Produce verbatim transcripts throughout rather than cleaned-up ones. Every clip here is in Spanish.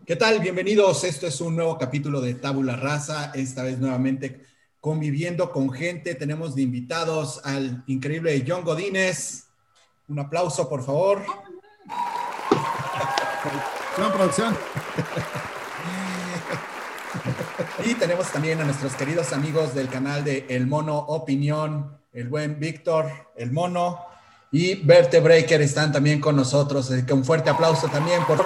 ¿Qué tal? Bienvenidos. Esto es un nuevo capítulo de Tabula Rasa. Esta vez nuevamente conviviendo con gente. Tenemos de invitados al increíble John Godínez. Un aplauso, por favor. Producción, producción. Y tenemos también a nuestros queridos amigos del canal de El Mono Opinión, el buen Víctor, el Mono y Vertebreaker están también con nosotros. Así que un fuerte aplauso también por...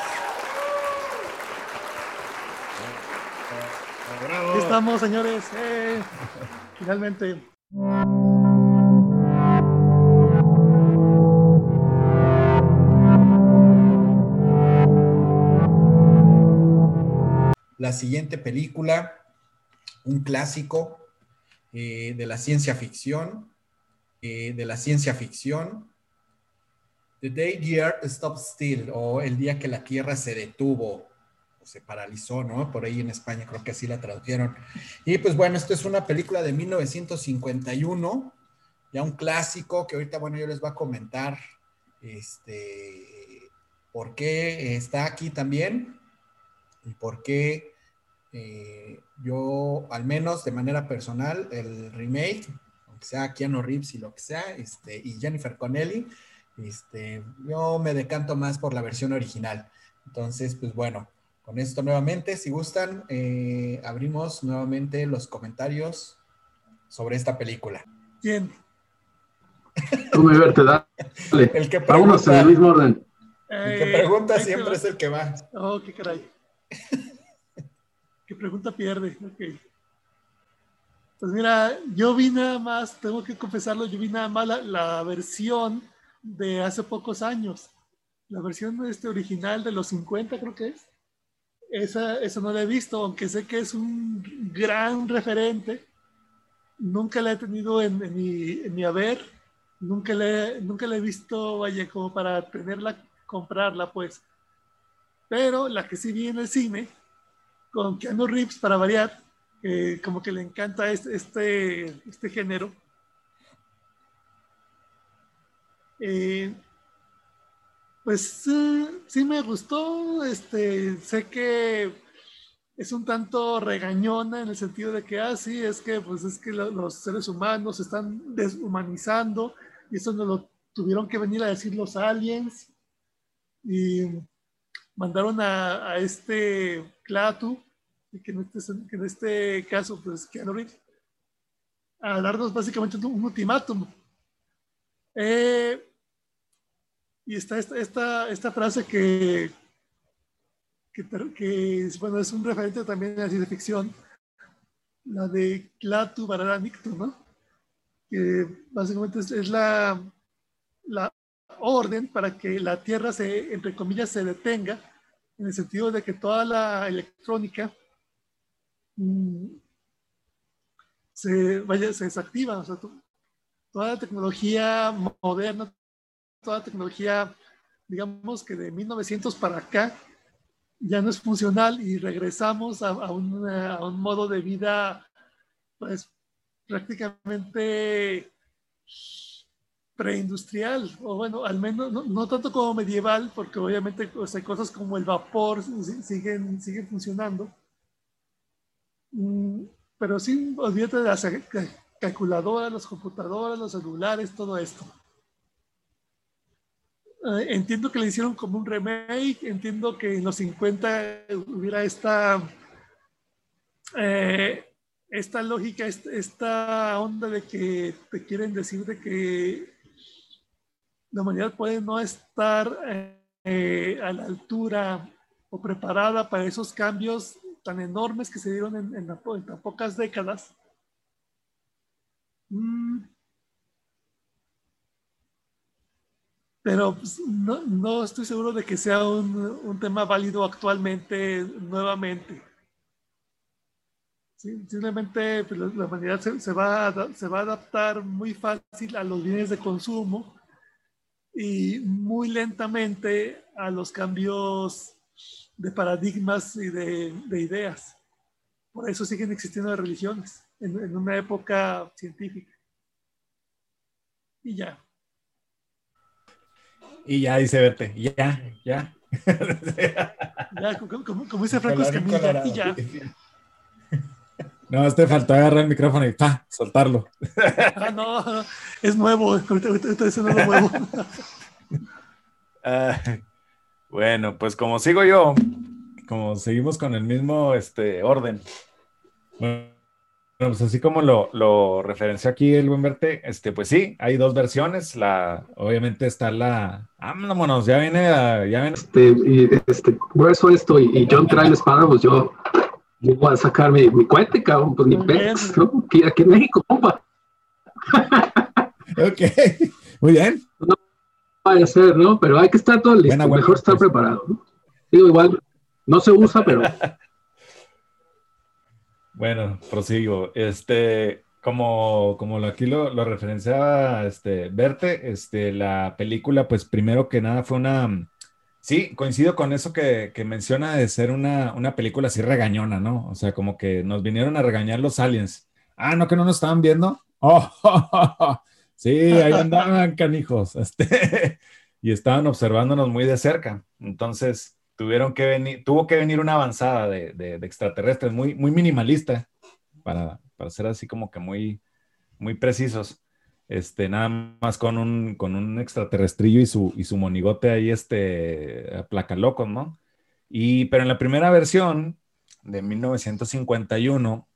Aquí estamos, señores. Eh, finalmente. La siguiente película, un clásico eh, de la ciencia ficción, eh, de la ciencia ficción, The Day the Earth Stopped Still, o El día que la Tierra se detuvo, o se paralizó, ¿no? Por ahí en España creo que así la tradujeron. Y pues bueno, esto es una película de mil novecientos cincuenta y uno, ya un clásico que ahorita, bueno, yo les voy a comentar este, por qué está aquí también y por qué eh, yo, al menos de manera personal, el remake, aunque sea Keanu Reeves y lo que sea, este, y Jennifer Connelly, este, yo me decanto más por la versión original. Entonces, pues bueno, con esto nuevamente, si gustan, eh, abrimos nuevamente los comentarios sobre esta película. ¿Quién? Tú me verte, dale. El que Vámonos en el pregunta, mismo orden. el que Eh, pregunta ahí te siempre va. es el que va. Oh, qué caray. ¿Qué pregunta pierde? Ok. Pues mira, yo vi nada más, tengo que confesarlo, yo vi nada más la, la versión de hace pocos años. La versión este original de los cincuenta, creo que es. Esa, esa no la he visto, aunque sé que es un gran referente. Nunca la he tenido en, en, mi, en mi haber. Nunca la, nunca la he visto, vaya, como para tenerla, comprarla, pues. Pero la que sí vi en el cine, con Keanu Reeves, para variar, eh, como que le encanta este, este, este género. Eh, pues eh, sí me gustó. Este, sé que es un tanto regañona en el sentido de que, ah, sí, es que, pues, es que lo, los seres humanos se están deshumanizando y eso nos lo tuvieron que venir a decir los aliens y mandaron a, a este Klaatu, que en este, que en este caso, pues, Keanu Reeves, a darnos básicamente un ultimátum. Eh, y está esta, esta, esta frase que, que, que, bueno, es un referente también a la ciencia ficción, la de Klaatu Barada Nicto, ¿no? Que básicamente es, es la, la orden para que la Tierra se, entre comillas, se detenga, en el sentido de que toda la electrónica mmm, se, vaya, se desactiva. O sea, to, toda la tecnología moderna, toda la tecnología, digamos que de mil novecientos para acá, ya no es funcional y regresamos a, a, una, a un modo de vida, pues, prácticamente preindustrial, o bueno, al menos no, no tanto como medieval, porque obviamente, o sea, cosas como el vapor siguen, siguen funcionando. Mm, pero sí, olvídate de las calculadoras, las computadoras, los celulares, todo esto. Eh, entiendo que le hicieron como un remake, entiendo que en los cincuenta hubiera esta, eh, esta lógica, esta onda de que te quieren decir de que la humanidad puede no estar eh, a la altura o preparada para esos cambios tan enormes que se dieron en, en, en tan pocas décadas. Mm. Pero pues, no, no estoy seguro de que sea un, un tema válido actualmente, nuevamente. Sí, simplemente pues, la, la humanidad se, se, va a, se va a adaptar muy fácil a los bienes de consumo y muy lentamente a los cambios de paradigmas y de, de ideas. Por eso siguen existiendo las religiones en, en una época científica. Y ya. Y ya dice Verte, ya, ya. Ya, como, como, como dice Franco Escamilla, y ya. No, este faltó agarrar el micrófono y ¡pa! Soltarlo. Ah, no, es nuevo. Ahorita, ahorita, ahorita eso no lo muevo. Uh, bueno, pues como sigo yo, como seguimos con el mismo este, orden. Bueno, pues así como lo, lo referenció aquí el buen Verte, este, pues sí, hay dos versiones. La, obviamente está la. Vámonos, ya viene la. Ya viene... Este, y este, grueso esto, y, y John trae la espada, pues yo, yo voy a sacar mi, mi cohete, cabrón, pues ni pex, ¿no? Aquí, aquí en México, compa. Ok, muy bien. No vaya a ser, ¿no? Pero hay que estar todo listo, buena, buena, mejor estar pues. preparado, ¿no? Digo, igual, no se usa, pero... Bueno, prosigo. Este, como, como aquí lo, lo referenciaba este, Verte, este, la película, pues primero que nada fue una... Sí, coincido con eso que, que menciona de ser una, una película así regañona, ¿no? O sea, como que nos vinieron a regañar los aliens. Ah, ¿no que no nos estaban viendo? Oh, oh, oh, oh. Sí, ahí andaban, canijos. Este, y estaban observándonos muy de cerca. Entonces, tuvieron que venir, tuvo que venir una avanzada de, de, de extraterrestres muy, muy minimalista para, para ser así como que muy, muy precisos. Este, nada más con un, con un extraterrestrillo y su, y su monigote ahí, este, placa locos, ¿no? Y, pero en la primera versión de mil novecientos cincuenta y uno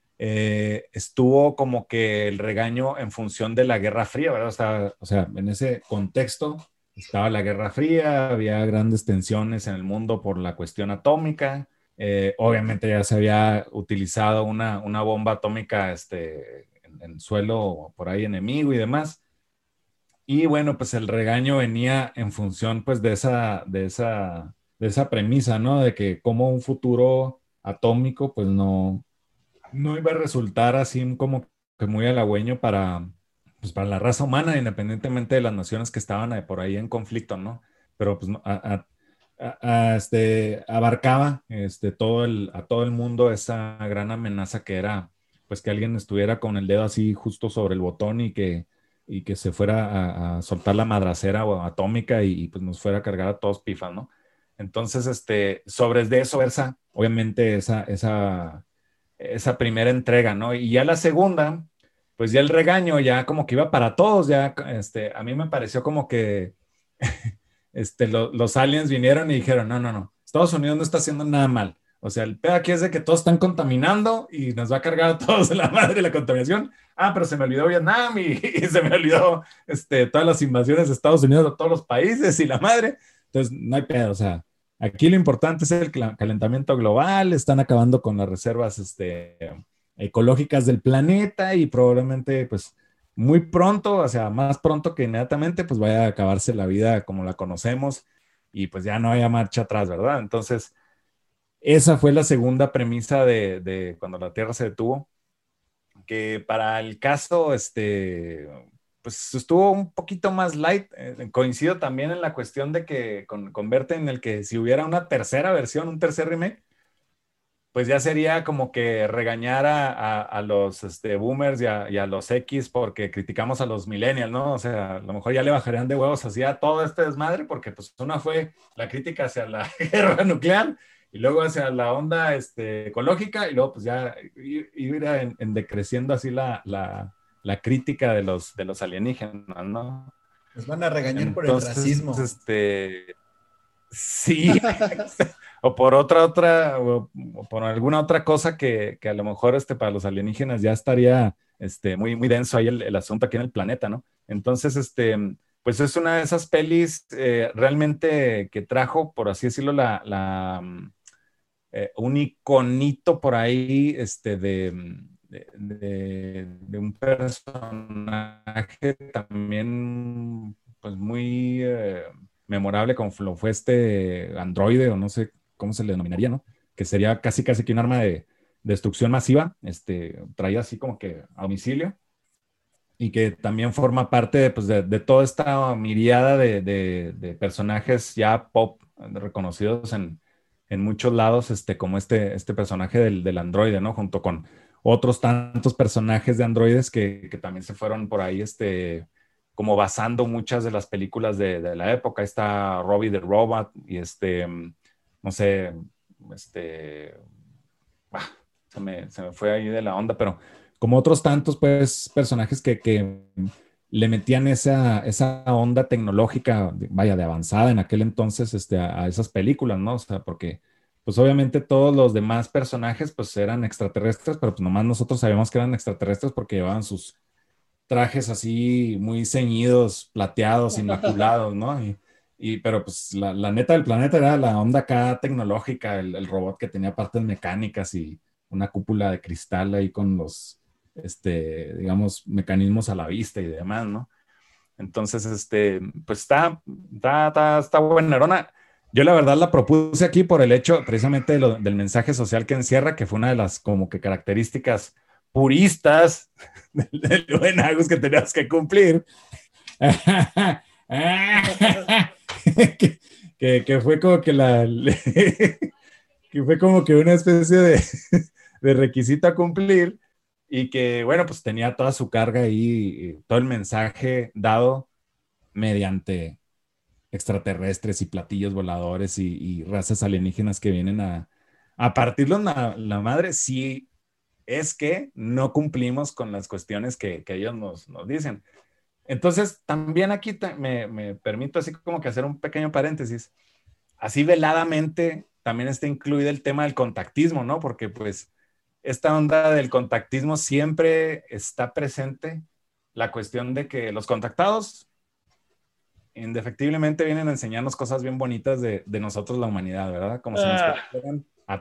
eh, estuvo como que el regaño en función de la Guerra Fría, ¿verdad? O sea, o sea, en ese contexto estaba la Guerra Fría, había grandes tensiones en el mundo por la cuestión atómica. Eh, obviamente ya se había utilizado una, una bomba atómica, este, en suelo por ahí enemigo y demás. Y bueno, pues el regaño venía en función pues de esa, de esa, de esa premisa, ¿no? De que como un futuro atómico pues no, no iba a resultar así como que muy halagüeño para, pues para la raza humana, independientemente de las naciones que estaban por ahí en conflicto, ¿no? Pero pues a, a, a, este, abarcaba este, todo el, a todo el mundo esa gran amenaza que era pues que alguien estuviera con el dedo así justo sobre el botón y que, y que se fuera a, a soltar la madracera o atómica y, y, pues nos fuera a cargar a todos pifas, ¿no? Entonces, este, sobre de eso versa, obviamente, esa, esa, esa primera entrega, ¿no? Y ya la segunda, pues ya el regaño ya como que iba para todos, ya, este, a mí me pareció como que este, lo, los aliens vinieron y dijeron, no, no, no, Estados Unidos no está haciendo nada mal. O sea, el pedo aquí es de que todos están contaminando y nos va a cargar a todos de la madre la contaminación. Ah, pero se me olvidó Vietnam y, y se me olvidó este, todas las invasiones de Estados Unidos a todos los países y la madre. Entonces, no hay pedo. O sea, aquí lo importante es el calentamiento global. Están acabando con las reservas este, ecológicas del planeta y probablemente, pues, muy pronto, o sea, más pronto que inmediatamente, pues vaya a acabarse la vida como la conocemos y pues ya no haya marcha atrás, ¿verdad? Entonces, esa fue la segunda premisa de, de cuando la Tierra se detuvo, que para el caso, este, pues estuvo un poquito más light. Eh, coincido también en la cuestión de que con, con Verte en el que si hubiera una tercera versión, un tercer remake, pues ya sería como que regañar a, a, a los este, boomers y a, y a los X porque criticamos a los millennials, ¿no? O sea, a lo mejor ya le bajarían de huevos así a todo este desmadre porque pues una fue la crítica hacia la guerra nuclear y luego hacia la onda este, ecológica y luego pues ya ir en, en decreciendo así la, la, la crítica de los, de los alienígenas, ¿no? Nos van a regañar Entonces, por el racismo. Este, sí, o por otra, otra, o por alguna otra cosa que, que a lo mejor este, para los alienígenas ya estaría este, muy, muy denso ahí el, el asunto aquí en el planeta, ¿no? Entonces, este, pues es una de esas pelis eh, realmente que trajo, por así decirlo, la, la, eh, un iconito por ahí este, de, de, de, de un personaje también pues muy eh, memorable como lo fue este androide o no sé cómo se le denominaría, ¿no? Que sería casi casi que un arma de destrucción masiva, este, traída así como que a domicilio y que también forma parte de, pues, de, de toda esta miriada de, de, de personajes ya pop reconocidos en en muchos lados, este, como este, este personaje del, del androide, ¿no? Junto con otros tantos personajes de androides que, que también se fueron por ahí, este, como basando muchas de las películas de, de la época. Ahí está Robbie the Robot y este, no sé, este, ah, se, me, se me fue ahí de la onda, pero como otros tantos, pues, personajes que, que le metían esa, esa onda tecnológica, vaya, de avanzada en aquel entonces este, a, a esas películas, ¿no? O sea, porque, pues, obviamente todos los demás personajes, pues, eran extraterrestres, pero pues nomás nosotros sabíamos que eran extraterrestres porque llevaban sus trajes así muy ceñidos, plateados, inmaculados, ¿no? Y, y, pero pues la, la neta del planeta era la onda acá tecnológica, el, el robot que tenía partes mecánicas y una cúpula de cristal ahí con los, este, digamos, mecanismos a la vista y demás, ¿no? Entonces, este, pues está, está, está, está buenerona. Yo la verdad la propuse aquí por el hecho precisamente de lo, del mensaje social que encierra, que fue una de las como que características puristas del, del buen Agus que tenías que cumplir. que, que, que fue como que la que fue como que una especie de, de requisito a cumplir y que bueno, pues tenía toda su carga ahí, todo el mensaje dado mediante extraterrestres y platillos voladores y, y razas alienígenas que vienen a, a partirlos la, la madre, sí. Es que no cumplimos con las cuestiones que, que ellos nos, nos dicen. Entonces, también aquí me, me permito así como que hacer un pequeño paréntesis. Así veladamente también está incluido el tema del contactismo, ¿no? Porque pues esta onda del contactismo siempre está presente la cuestión de que los contactados indefectiblemente vienen a enseñarnos cosas bien bonitas de, de nosotros, la humanidad, ¿verdad? Como si nos quieran a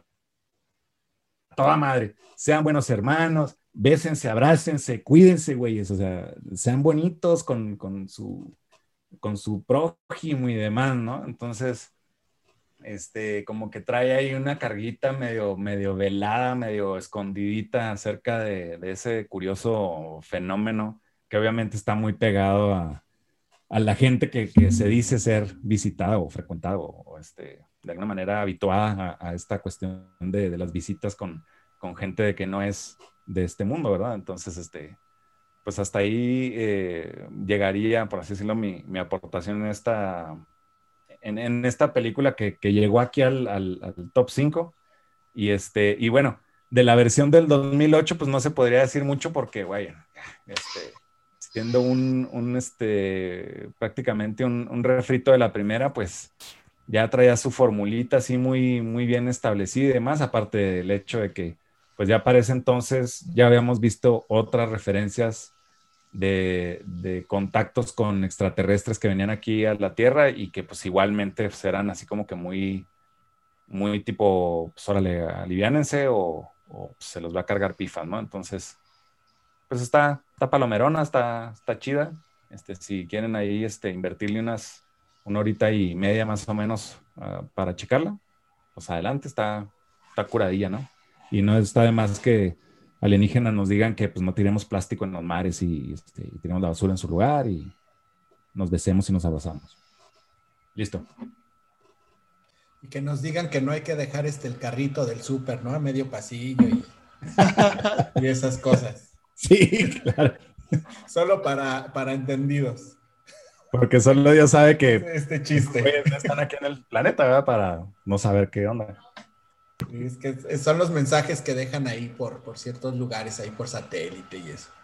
toda madre, sean buenos hermanos, bésense, abrácense, cuídense, güeyes, o sea, sean bonitos con, con, su, con su prójimo y demás, ¿no? Entonces, este, como que trae ahí una carguita medio, medio velada, medio escondidita acerca de, de ese curioso fenómeno que obviamente está muy pegado a, a la gente que, que se dice ser visitada o frecuentada o, o este... de alguna manera habituada a, a esta cuestión de, de las visitas con, con gente de que no es de este mundo, ¿verdad? Entonces, este, pues hasta ahí eh, llegaría, por así decirlo, mi, mi aportación en esta, en, en esta película que, que llegó aquí al, al, al top cinco. Y, este, y bueno, de la versión del dos mil ocho, pues no se podría decir mucho porque, güey, este, siendo un, un este, prácticamente un, un refrito de la primera, pues ya traía su formulita así muy, muy bien establecida y demás, aparte del hecho de que, pues ya para ese entonces ya habíamos visto otras referencias de, de contactos con extraterrestres que venían aquí a la Tierra y que pues igualmente pues, eran así como que muy, muy tipo, pues órale, aliviánense o, o pues, se los va a cargar pifas, ¿no? Entonces, pues está, está palomerona, está, está chida. Este, si quieren ahí este, invertirle unas una horita y media más o menos uh, para checarla, pues adelante, está, está curadilla, ¿no? Y no está de más que alienígenas nos digan que pues no tiremos plástico en los mares y, este, y tiremos la basura en su lugar y nos besemos y nos abrazamos. Listo. Y que nos digan que no hay que dejar este el carrito del súper, ¿no? A medio pasillo y, y esas cosas. Sí, claro. Solo para, para entendidos. Porque solo Dios sabe que este chiste están aquí en el planeta, ¿verdad? Para no saber qué onda. Es que son los mensajes que dejan ahí por, por ciertos lugares, ahí por satélite y eso.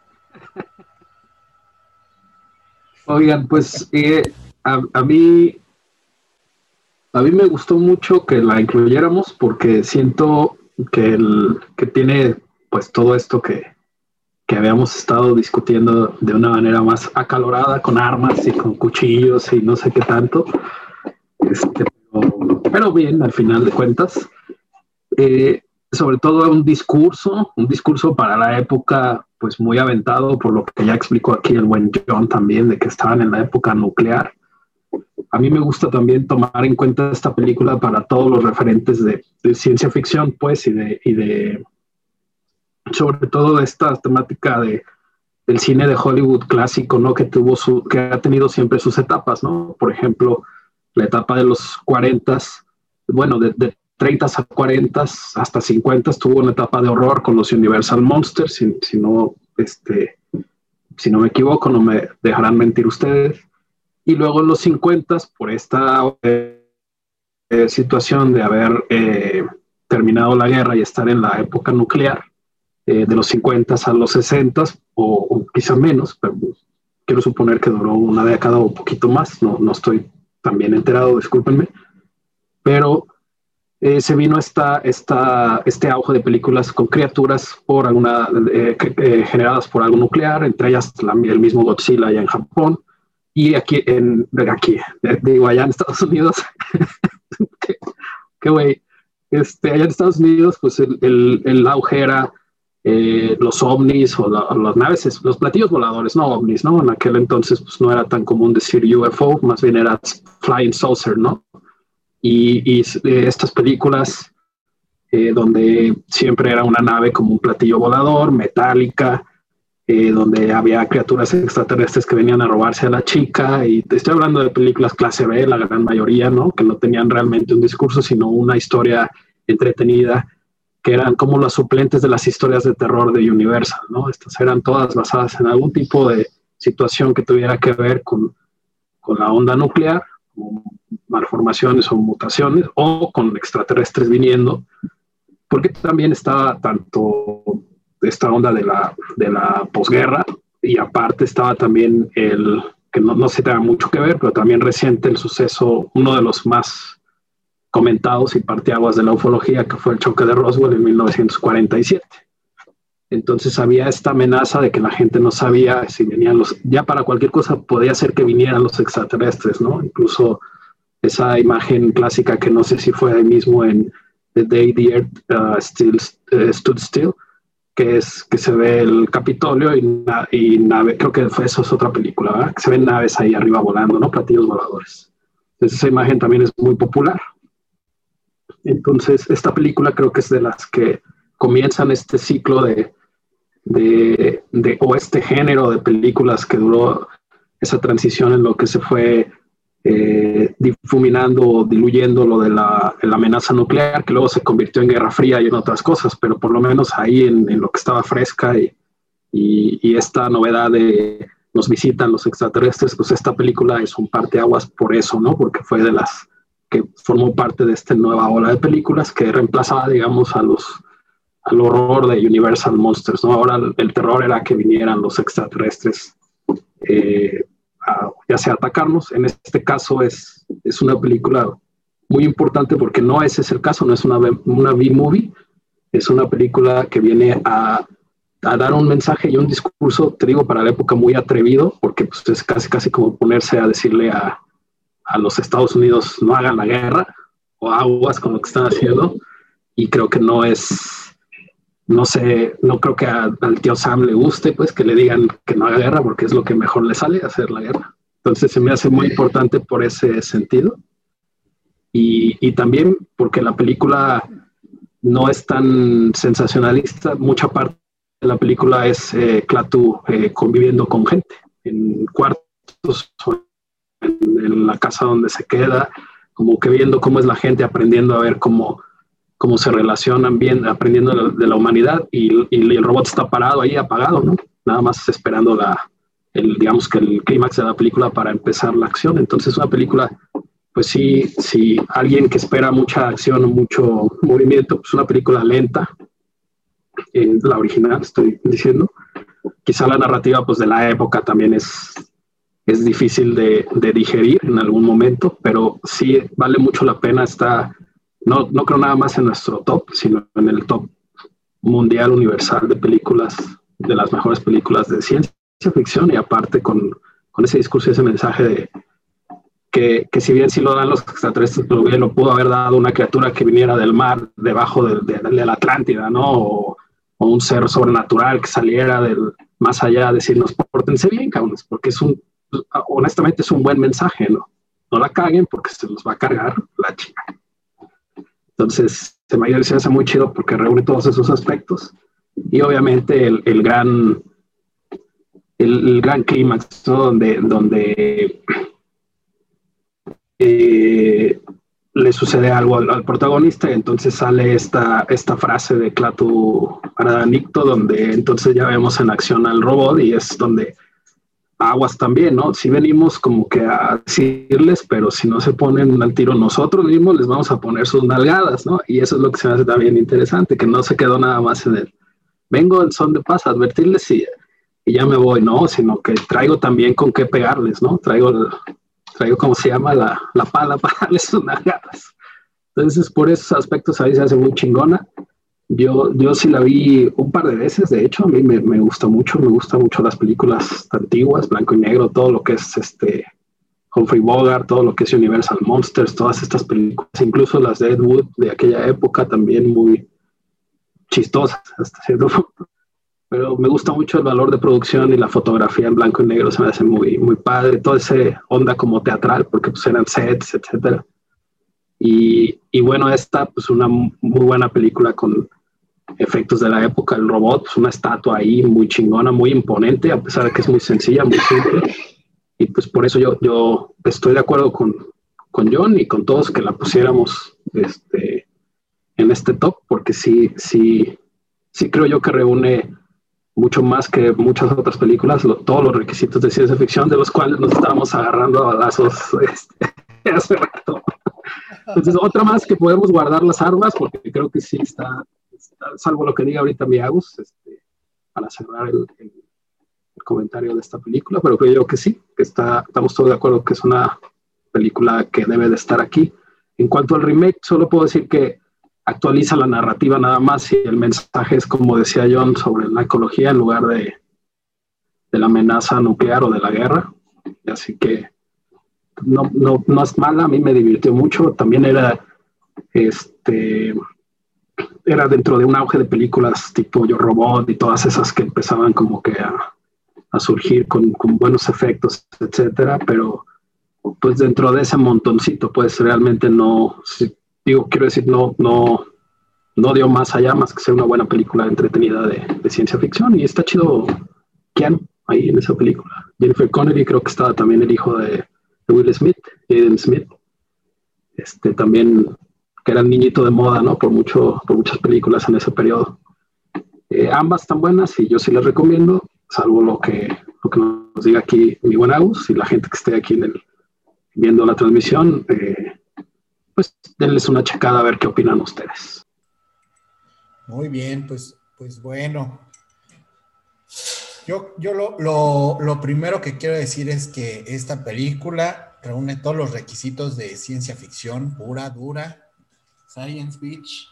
Oigan, pues eh, a, a mí a mí me gustó mucho que la incluyéramos porque siento que, el, que tiene pues todo esto que que habíamos estado discutiendo de una manera más acalorada, con armas y con cuchillos y no sé qué tanto. Este, pero, pero bien, al final de cuentas. Eh, sobre todo un discurso, un discurso para la época, pues muy aventado, por lo que ya explicó aquí el buen John también, de que estaban en la época nuclear. A mí me gusta también tomar en cuenta esta película para todos los referentes de, de ciencia ficción, pues, y de... Y de sobre todo esta temática de del cine de Hollywood clásico, ¿no? Que tuvo su, que ha tenido siempre sus etapas, ¿no? Por ejemplo, la etapa de los cuarentas, bueno, de, de treinta a cuarenta hasta cincuenta tuvo una etapa de horror con los Universal Monsters, si, si no, este, si no me equivoco, no me dejarán mentir ustedes. Y luego en los cincuenta, por esta eh, eh, situación de haber eh, terminado la guerra y estar en la época nuclear, eh, de los cincuenta a los sesenta, o, o quizá menos, pero quiero suponer que duró una década o un poquito más, no, no estoy tan bien enterado, discúlpenme, pero eh, se vino esta, esta, este auge de películas con criaturas por alguna, eh, eh, generadas por algo nuclear, entre ellas la, el mismo Godzilla allá en Japón, y aquí, en, aquí digo, allá en Estados Unidos, qué güey, este, allá en Estados Unidos, pues el, el, el auge era eh, los ovnis o, la, o las naves, los platillos voladores, no ovnis, ¿no? En aquel entonces pues no era tan común decir U F O, más bien era flying saucer, ¿no? Y, y eh, estas películas eh, donde siempre era una nave como un platillo volador, metálica, eh, donde había criaturas extraterrestres que venían a robarse a la chica, y te estoy hablando de películas clase B, la gran mayoría, ¿no? Que no tenían realmente un discurso, sino una historia entretenida, que eran como las suplentes de las historias de terror de Universal, ¿no? Estas eran todas basadas en algún tipo de situación que tuviera que ver con, con la onda nuclear, como malformaciones o mutaciones, o con extraterrestres viniendo, porque también estaba tanto esta onda de la, de la posguerra, y aparte estaba también el, que no, no se tenga mucho que ver, pero también reciente el suceso, uno de los más comentados y parteaguas de la ufología, que fue el choque de Roswell en mil novecientos cuarenta y siete. Entonces había esta amenaza de que la gente no sabía si venían los, ya para cualquier cosa podía ser que vinieran los extraterrestres, ¿no? Incluso esa imagen clásica que no sé si fue ahí mismo en The Day the Earth uh, still, uh, Stood Still, que es que se ve el Capitolio y, na, y nave, creo que fue, eso es otra película, ¿verdad? Que se ven naves ahí arriba volando, ¿no? Platillos voladores. Entonces esa imagen también es muy popular. Entonces esta película creo que es de las que comienzan este ciclo de De, de, o este género de películas que duró esa transición en lo que se fue eh, difuminando o diluyendo lo de la, la amenaza nuclear, que luego se convirtió en Guerra Fría y en otras cosas, pero por lo menos ahí en, en lo que estaba fresca y, y, y esta novedad de nos visitan los extraterrestres, pues esta película es un parteaguas por eso, ¿no? Porque fue de las que formó parte de esta nueva ola de películas que reemplazaba, digamos, a los al horror de Universal Monsters, ¿no? Ahora el, el terror era que vinieran los extraterrestres eh, a, ya sea a atacarnos. En este caso es, es una película muy importante porque no ese es el caso, no es una, una B-movie, es una película que viene a, a dar un mensaje y un discurso, te digo, para la época muy atrevido, porque pues, es casi, casi como ponerse a decirle a, a los Estados Unidos no hagan la guerra o aguas con lo que están haciendo, y creo que no es... No sé, no creo que a, al tío Sam le guste, pues, que le digan que no haga guerra, porque es lo que mejor le sale, hacer la guerra. Entonces se me hace muy importante por ese sentido. Y, y también porque la película no es tan sensacionalista. Mucha parte de la película es eh, Klaatu eh, conviviendo con gente, en cuartos, en, en la casa donde se queda, como que viendo cómo es la gente, aprendiendo a ver cómo... cómo se relacionan bien, aprendiendo de, de la humanidad, y, y el robot está parado ahí, apagado, ¿no? Nada más esperando la, el, digamos que el clímax de la película para empezar la acción. Entonces una película, pues sí, sí, alguien que espera mucha acción o mucho movimiento, pues una película lenta, eh, la original estoy diciendo. Quizá la narrativa pues de la época también es, es difícil de, de digerir en algún momento, pero sí vale mucho la pena. Está... No, no creo nada más en nuestro top, sino en el top mundial universal de películas, de las mejores películas de ciencia ficción, y aparte con, con ese discurso y ese mensaje de que, que si bien sí lo dan los extraterrestres, pero bien lo pudo haber dado una criatura que viniera del mar, debajo de, de, de la Atlántida, ¿no? O, o un ser sobrenatural que saliera del más allá a decirnos, pórtense bien, cabrones, porque es un, honestamente es un buen mensaje, ¿no? No la caguen porque se los va a cargar la chica. Entonces, se me, se hace muy chido porque reúne todos esos aspectos. Y obviamente el, el gran el, el gran clímax, ¿no? Donde, donde eh, le sucede algo al, al protagonista y entonces sale esta, esta frase de Klaatu Paranicto, donde entonces ya vemos en acción al robot y es donde aguas también, ¿no? Si venimos como que a decirles, pero si no se ponen al tiro nosotros mismos, les vamos a poner sus nalgadas, ¿no? Y eso es lo que se me hace también interesante, que no se quedó nada más en el, vengo en son de paz a advertirles y, y ya me voy, ¿no? Sino que traigo también con qué pegarles, ¿no? Traigo el, traigo, ¿cómo se llama? La, la pala para darles sus nalgadas. Entonces, por esos aspectos ahí se hace muy chingona. Yo, yo sí la vi un par de veces, de hecho, a mí me, me gusta mucho, me gustan mucho las películas antiguas, blanco y negro, todo lo que es este Humphrey Bogart, todo lo que es Universal Monsters, todas estas películas, incluso las de Ed Wood de aquella época, también muy chistosas hasta cierto punto. Pero me gusta mucho el valor de producción y la fotografía en blanco y negro, se me hace muy, muy padre, toda esa onda como teatral, porque pues eran sets, etcétera. Y, y bueno, esta, pues una muy buena película con efectos de la época, el robot, pues una estatua ahí muy chingona, muy imponente, a pesar de que es muy sencilla, muy simple. Y pues por eso yo, yo estoy de acuerdo con, con John y con todos que la pusiéramos este, en este top, porque sí, sí, sí creo yo que reúne mucho más que muchas otras películas, lo, todos los requisitos de ciencia ficción de los cuales nos estábamos agarrando a balazos este, hace rato. Entonces, otra más que podemos guardar las armas, porque creo que sí está, está salvo lo que diga ahorita mi Agus, este, para cerrar el, el, el comentario de esta película, pero creo yo que sí, que está, estamos todos de acuerdo que es una película que debe de estar aquí. En cuanto al remake, solo puedo decir que actualiza la narrativa nada más y el mensaje es, como decía John, sobre la ecología en lugar de, de la amenaza nuclear o de la guerra. Así que no, no, no es mala, a mí me divirtió mucho. También era, este, era dentro de un auge de películas tipo Yo Robot y todas esas que empezaban como que a, a surgir con, con buenos efectos, etcétera, pero pues dentro de ese montoncito, pues realmente no... Si, Digo, quiero decir, no, no, no dio más allá, más que ser una buena película entretenida de, de ciencia ficción. Y está chido Keanu ahí en esa película. Jennifer Connelly, creo que estaba también el hijo de, de Will Smith, Jaden Smith. Este, también, que era el niñito de moda, ¿no? Por, mucho, por muchas películas en ese periodo. Eh, ambas están buenas y yo sí les recomiendo, salvo lo que, lo que nos diga aquí mi buen Agus y la gente que esté aquí en el, viendo la transmisión. Eh, pues denles una checada a ver qué opinan ustedes. Muy bien, pues, pues bueno. Yo, yo lo, lo, lo primero que quiero decir es que esta película reúne todos los requisitos de ciencia ficción pura, dura, science bitch.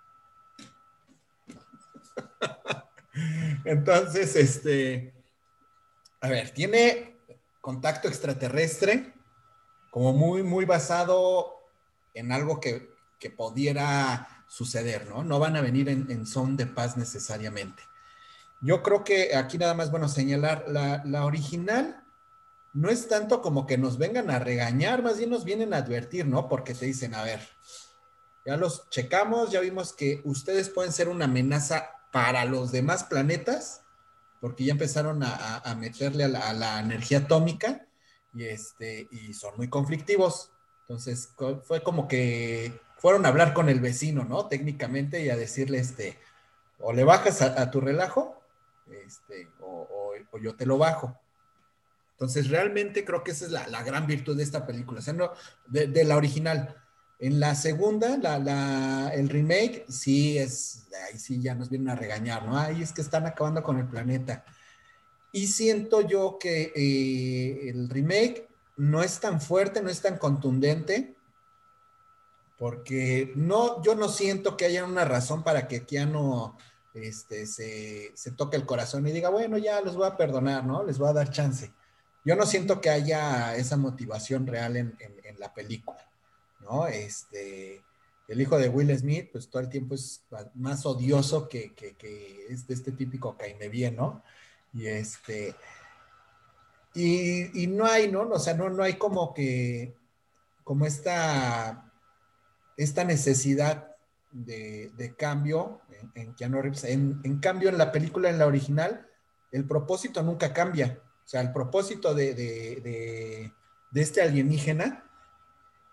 Entonces, este, a ver, tiene contacto extraterrestre como muy, muy basado en algo que, que pudiera suceder, ¿no? No van a venir en, en son de paz necesariamente. Yo creo que aquí nada más, bueno, señalar, la, la original no es tanto como que nos vengan a regañar, más bien nos vienen a advertir, ¿no? Porque te dicen, a ver, ya los checamos, ya vimos que ustedes pueden ser una amenaza para los demás planetas, porque ya empezaron a, a, a meterle a la, a la energía atómica y, este, y son muy conflictivos. Entonces, fue como que fueron a hablar con el vecino, ¿no? Técnicamente, y a decirle, este, o le bajas a, a tu relajo, este, o, o, o yo te lo bajo. Entonces, realmente creo que esa es la, la gran virtud de esta película, o sea, no, de, de la original. En la segunda, la, la, el remake, sí es, ahí sí ya nos vienen a regañar, ¿no? Ahí es que están acabando con el planeta. Y siento yo que eh, el remake no es tan fuerte, no es tan contundente, porque no, yo no siento que haya una razón para que Keanu este, se, se toque el corazón y diga, bueno, ya los voy a perdonar, ¿no? Les voy a dar chance. Yo no siento que haya esa motivación real en, en, en la película, ¿no? Este, el hijo de Will Smith, pues todo el tiempo es más odioso que, que, que es de este típico caime bien, ¿no? Y este... Y, y no hay, ¿no? O sea, no, no hay como que, como esta, esta necesidad de, de cambio en, en Keanu Reeves. En, en cambio, en la película, en la original, el propósito nunca cambia. O sea, el propósito de, de, de, de este alienígena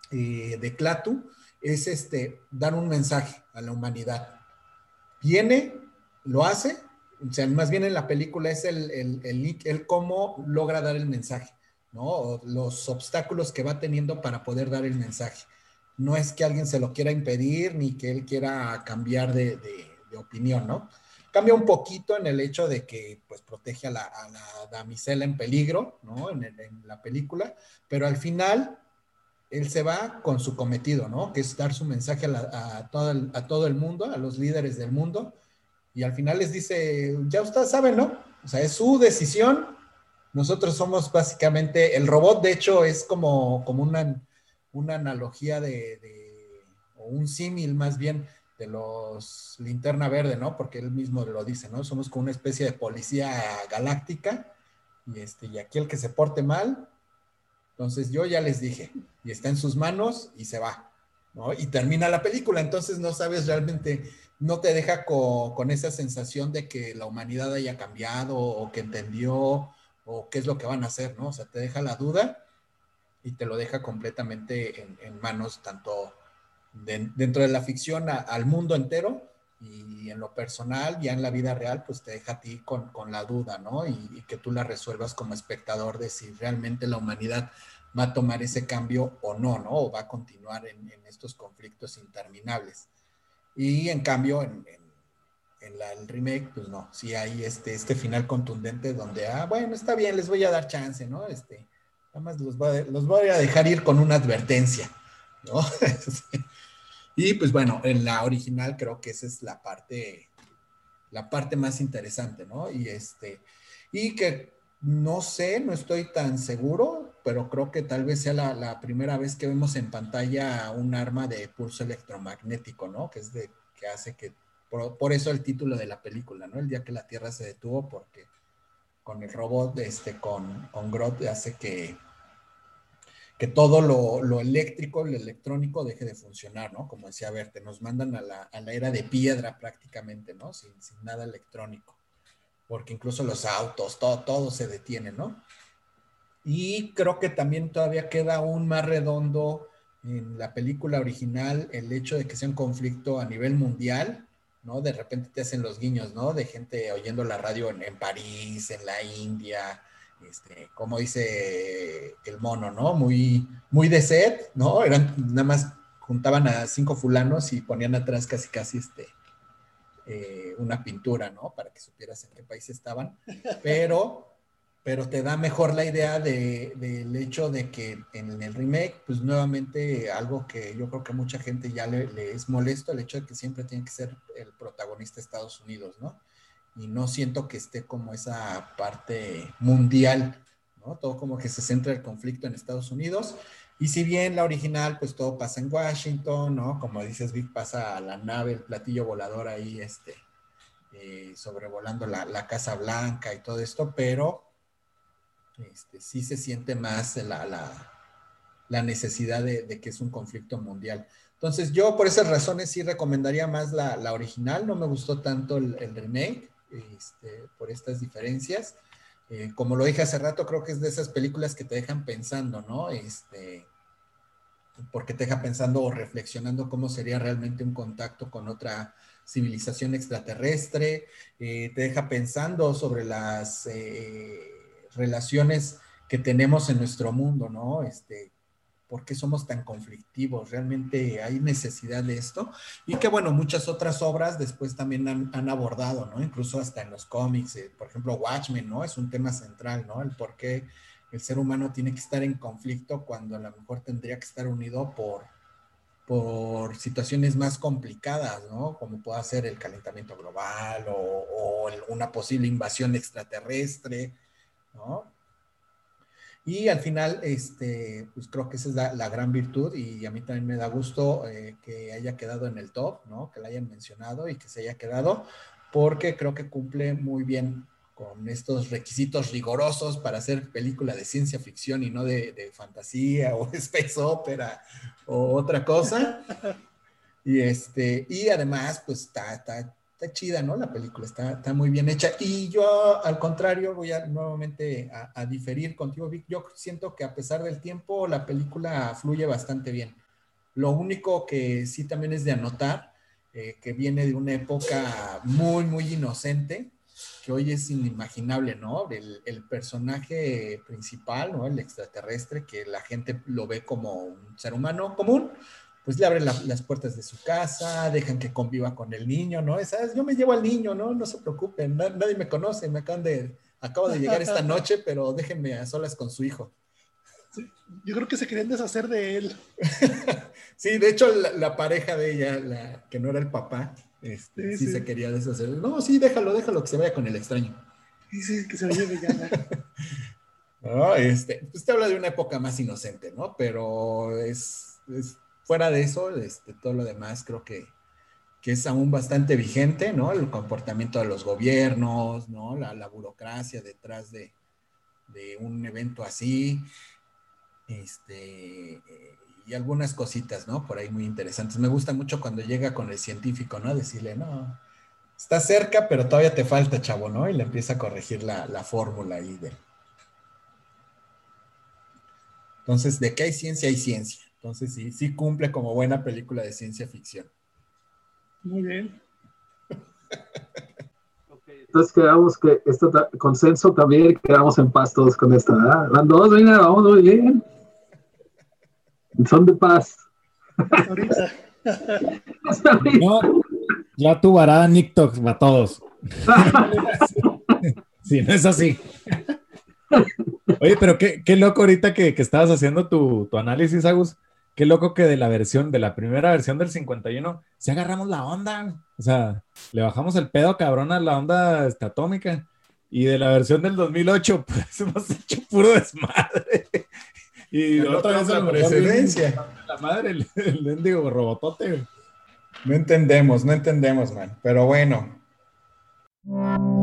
eh, de Klaatu es este, dar un mensaje a la humanidad. Viene, lo hace, o sea, más bien en la película es el, el, el, el cómo logra dar el mensaje, ¿no? O los obstáculos que va teniendo para poder dar el mensaje. No es que alguien se lo quiera impedir ni que él quiera cambiar de, de, de opinión, ¿no? Cambia un poquito en el hecho de que pues protege a la, a la damisela en peligro, ¿no? En, el, en la película, pero al final él se va con su cometido, ¿no? Que es dar su mensaje a, la, a, todo el, a todo el mundo, a los líderes del mundo, y al final les dice, ya ustedes saben, ¿no? O sea, es su decisión, nosotros somos básicamente, el robot de hecho es como, como una, una analogía de, de, o un símil más bien, de los Linterna Verde, ¿no? Porque él mismo lo dice, ¿no? Somos como una especie de policía galáctica, y, este, y aquí el que se porte mal, entonces yo ya les dije, y está en sus manos y se va, ¿no? Y termina la película, entonces no sabes realmente, no te deja con, con esa sensación de que la humanidad haya cambiado o que entendió o qué es lo que van a hacer, ¿no? O sea, te deja la duda y te lo deja completamente en, en manos tanto de, dentro de la ficción a, al mundo entero y en lo personal, ya en la vida real, pues te deja a ti con, con la duda, ¿no? Y, y que tú la resuelvas como espectador de si realmente la humanidad va a tomar ese cambio o no, ¿no? O va a continuar en, en estos conflictos interminables. Y en cambio, en, en, en la, el remake, pues no, sí hay este, este final contundente donde, ah, bueno, está bien, les voy a dar chance, ¿no? Este, nada más los voy a, los voy a dejar ir con una advertencia, ¿no? Y pues bueno, en la original creo que esa es la parte, la parte más interesante, ¿no? Y este, y que no sé, no estoy tan seguro, pero creo que tal vez sea la, la primera vez que vemos en pantalla un arma de pulso electromagnético, ¿no? Que es de, que hace que, por, por eso el título de la película, ¿no? El día que la Tierra se detuvo, porque con el robot, este, con, con Grodd hace que que todo lo, lo eléctrico, lo electrónico deje de funcionar, ¿no? Como decía Verte, nos mandan a la, a la era de piedra prácticamente, ¿no? Sin, sin nada electrónico, porque incluso los autos, todo, todo se detiene, ¿no? Y creo que también todavía queda aún más redondo en la película original el hecho de que sea un conflicto a nivel mundial, ¿no? De repente te hacen los guiños, ¿no? De gente oyendo la radio en, en París, en la India, este, como dice el mono, ¿no? Muy, muy de set, ¿no? Eran nada más juntaban a cinco fulanos y ponían atrás casi, casi este, eh, una pintura, ¿no? Para que supieras en qué país estaban, pero pero te da mejor la idea de, del hecho de que en el remake, pues nuevamente algo que yo creo que a mucha gente ya le, le es molesto, el hecho de que siempre tiene que ser el protagonista Estados Unidos, ¿no? Y no siento que esté como esa parte mundial, ¿no? Todo como que se centra el conflicto en Estados Unidos. Y si bien la original, pues todo pasa en Washington, ¿no? Como dices, Vic, pasa a la nave, el platillo volador ahí, este, eh, sobrevolando la, la Casa Blanca y todo esto, pero este, sí se siente más la, la, la necesidad de, de, que es un conflicto mundial. Entonces yo por esas razones sí recomendaría más la, la original, no me gustó tanto el, el remake, este, por estas diferencias. Eh, como lo dije hace rato, creo que es de esas películas que te dejan pensando, ¿no? Este, porque te deja pensando o reflexionando cómo sería realmente un contacto con otra civilización extraterrestre, eh, te deja pensando sobre las eh, relaciones que tenemos en nuestro mundo, ¿no? Este, ¿por qué somos tan conflictivos? ¿Realmente hay necesidad de esto? Y que, bueno, muchas otras obras después también han, han abordado, ¿no? Incluso hasta en los cómics, eh, por ejemplo, Watchmen, ¿no? Es un tema central, ¿no? El por qué el ser humano tiene que estar en conflicto cuando a lo mejor tendría que estar unido por, por situaciones más complicadas, ¿no? Como pueda ser el calentamiento global o, o una posible invasión extraterrestre, ¿no? Y al final, este, pues creo que esa es la, la gran virtud y a mí también me da gusto eh, que haya quedado en el top, ¿no? Que la hayan mencionado y que se haya quedado, porque creo que cumple muy bien con estos requisitos rigorosos para hacer película de ciencia ficción y no de, de fantasía o space opera o otra cosa. Y, este, y además, pues está, está está chida, ¿no? La película está, está muy bien hecha. Y yo, al contrario, voy a nuevamente a, a diferir contigo, Vic. Yo siento que a pesar del tiempo, la película fluye bastante bien. Lo único que sí también es de anotar, eh, que viene de una época muy, muy inocente, que hoy es inimaginable, ¿no? El, el personaje principal, ¿no? El extraterrestre, que la gente lo ve como un ser humano común, pues le abren la, las puertas de su casa, dejan que conviva con el niño, ¿no? ¿Sabes? Yo me llevo al niño, ¿no? No se preocupen, na, nadie me conoce, me acaban de, acabo de llegar esta noche, pero déjenme a solas con su hijo. Sí, yo creo que se querían deshacer de él. Sí, de hecho, la, la pareja de ella, la, que no era el papá, este, sí, sí, sí se quería deshacer. No, sí, déjalo, déjalo, que se vaya con el extraño. Sí, sí, que se lo lleve ya. No, este, pues te habla de una época más inocente, ¿no? Pero es, es fuera de eso, este, todo lo demás creo que, que es aún bastante vigente, ¿no? El comportamiento de los gobiernos, ¿no? La, la burocracia detrás de, de un evento así, este, y algunas cositas, ¿no? Por ahí muy interesantes. Me gusta mucho cuando llega con el científico, ¿no? Decirle, no, está cerca, pero todavía te falta, chavo, ¿no? Y le empieza a corregir la, la fórmula ahí de... Entonces, de que hay ciencia, hay ciencia. Entonces, sí, sí cumple como buena película de ciencia ficción. Muy bien. Entonces quedamos que este consenso también, quedamos en paz todos con esta, ¿verdad? Van dos, venga, vamos muy bien. Son de paz. Ahorita. No, ya tu varada Nictox para todos. Sí, no es así. Oye, pero qué, qué loco ahorita que, que estabas haciendo tu, tu análisis, Agus. Qué loco que de la versión, de la primera versión del cincuenta y uno, sí agarramos la onda. O sea, le bajamos el pedo cabrón a la onda este, atómica. Y de la versión del dos mil ocho, pues hemos hecho puro desmadre. Y el otra vez la precedencia. La madre, el, el mendigo robotote. No entendemos, no entendemos, man. Pero bueno.